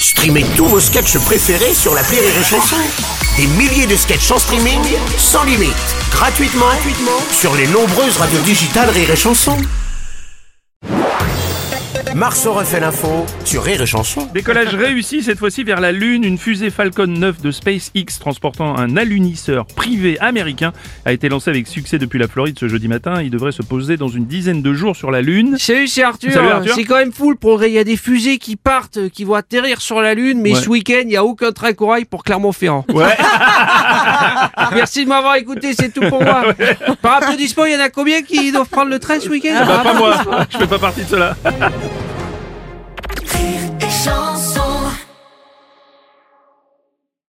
Streamez tous vos sketchs préférés sur l'appli Rire et Chanson. Des milliers de sketchs en streaming, sans limite, gratuitement sur les nombreuses radios digitales Rire et Chanson. Marceau refait l'info sur Rire et Chanson. Décollage réussi cette fois-ci vers la Lune. Une fusée Falcon 9 de SpaceX transportant un alunisseur privé américain a été lancée avec succès depuis la Floride ce jeudi matin. Il devrait se poser dans une dizaine de jours sur la Lune. Salut, c'est Arthur. Salut, Arthur. C'est quand même fou le progrès. Il y a des fusées qui partent, qui vont atterrir sur la Lune, mais Ouais. ce week-end, il n'y a aucun train corail pour Clermont-Ferrand. Ouais. Merci de m'avoir écouté, c'est tout pour moi. Par applaudissement, il y en a combien qui doivent prendre le train ce week-end? Pas moi. Je fais pas partie de cela.